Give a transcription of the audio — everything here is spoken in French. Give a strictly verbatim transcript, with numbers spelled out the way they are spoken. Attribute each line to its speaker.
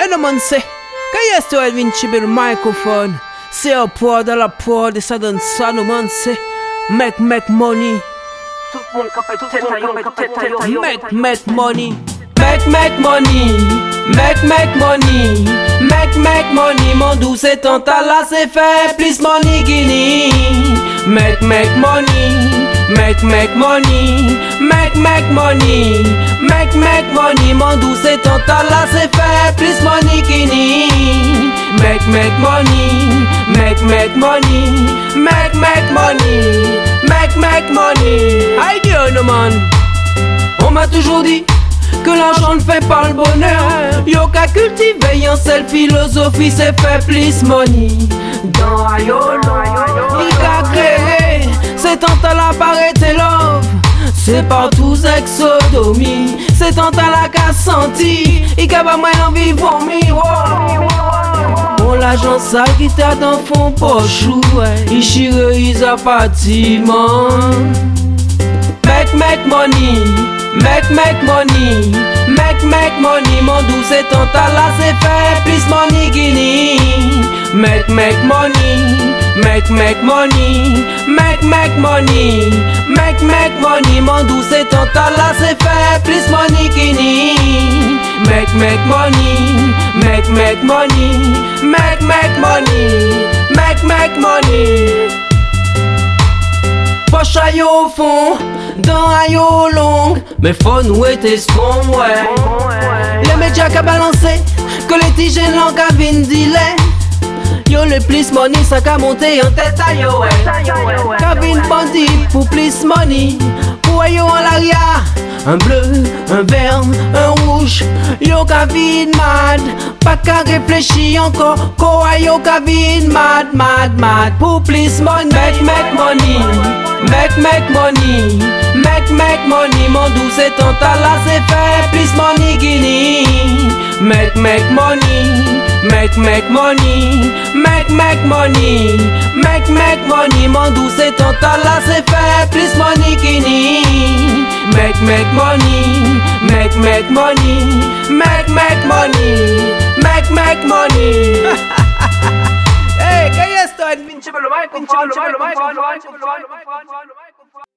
Speaker 1: no man say, que yes to Elvin Chibi microphone. C'est un poids dans la poids et ça donne ça no man say. Make make money. Make make money. Make make money. Make make money. Make make money. Mon doux c'est tant à la c'est fait. Please money guinea. Make make money. Make make money. Make make money. Make make money. Mon doux c'est tant à la c'est fait. Please money guinea. Make make money. Make make money. Make make money. Make make money. I do no man. On m'a toujours dit que l'argent ne fait pas le bonheur. Yo qu'à cultiver en seule philosophie, c'est fait plus money. Dans Ayolo, il a créé, c'est tant à la parité love. C'est partout exodomie, c'est tant à la casse senti. Il a pas moins envie de vomir. Bon l'argent sale qui t'a dans fond poche. Il chire, il a bâtiment. Make make money. Make make money, make make money, mon doux c'est tant à la c'est fait, plus money guinea. Make make money, make make money, make make money, make make money, mon doux c'est tant à la c'est fait, plus money guinea. Make make money, make make money, make make money, make make money. Poche aille au fond, dans aille au long, mais faut nous être strong, ouais. Les médias qu'a balancé, que les tigènes l'ont qu'à vin dilé. Yo le plus money, ça qu'a monté en tête à yo, ouais. Qu'a vin bandit pour plus money, pour yo en l'arrière. Un bleu, un vert, un rouge, yo qu'a vin mad. Pas qu'à réfléchir encore, quoi yo qu'a vin mad, mad, mad. Pour plus money, make, make money. Make make money, make make money, mon doux c'est tant à la c'est fait, plus money guinea. Make make money, make make money, make make money, make make money, mon doux c'est tant à la c'est fait, plus money guinea. Make make money, make make money, make make money, make make money. Hey, ¿qué es esto? El pinche me lo va a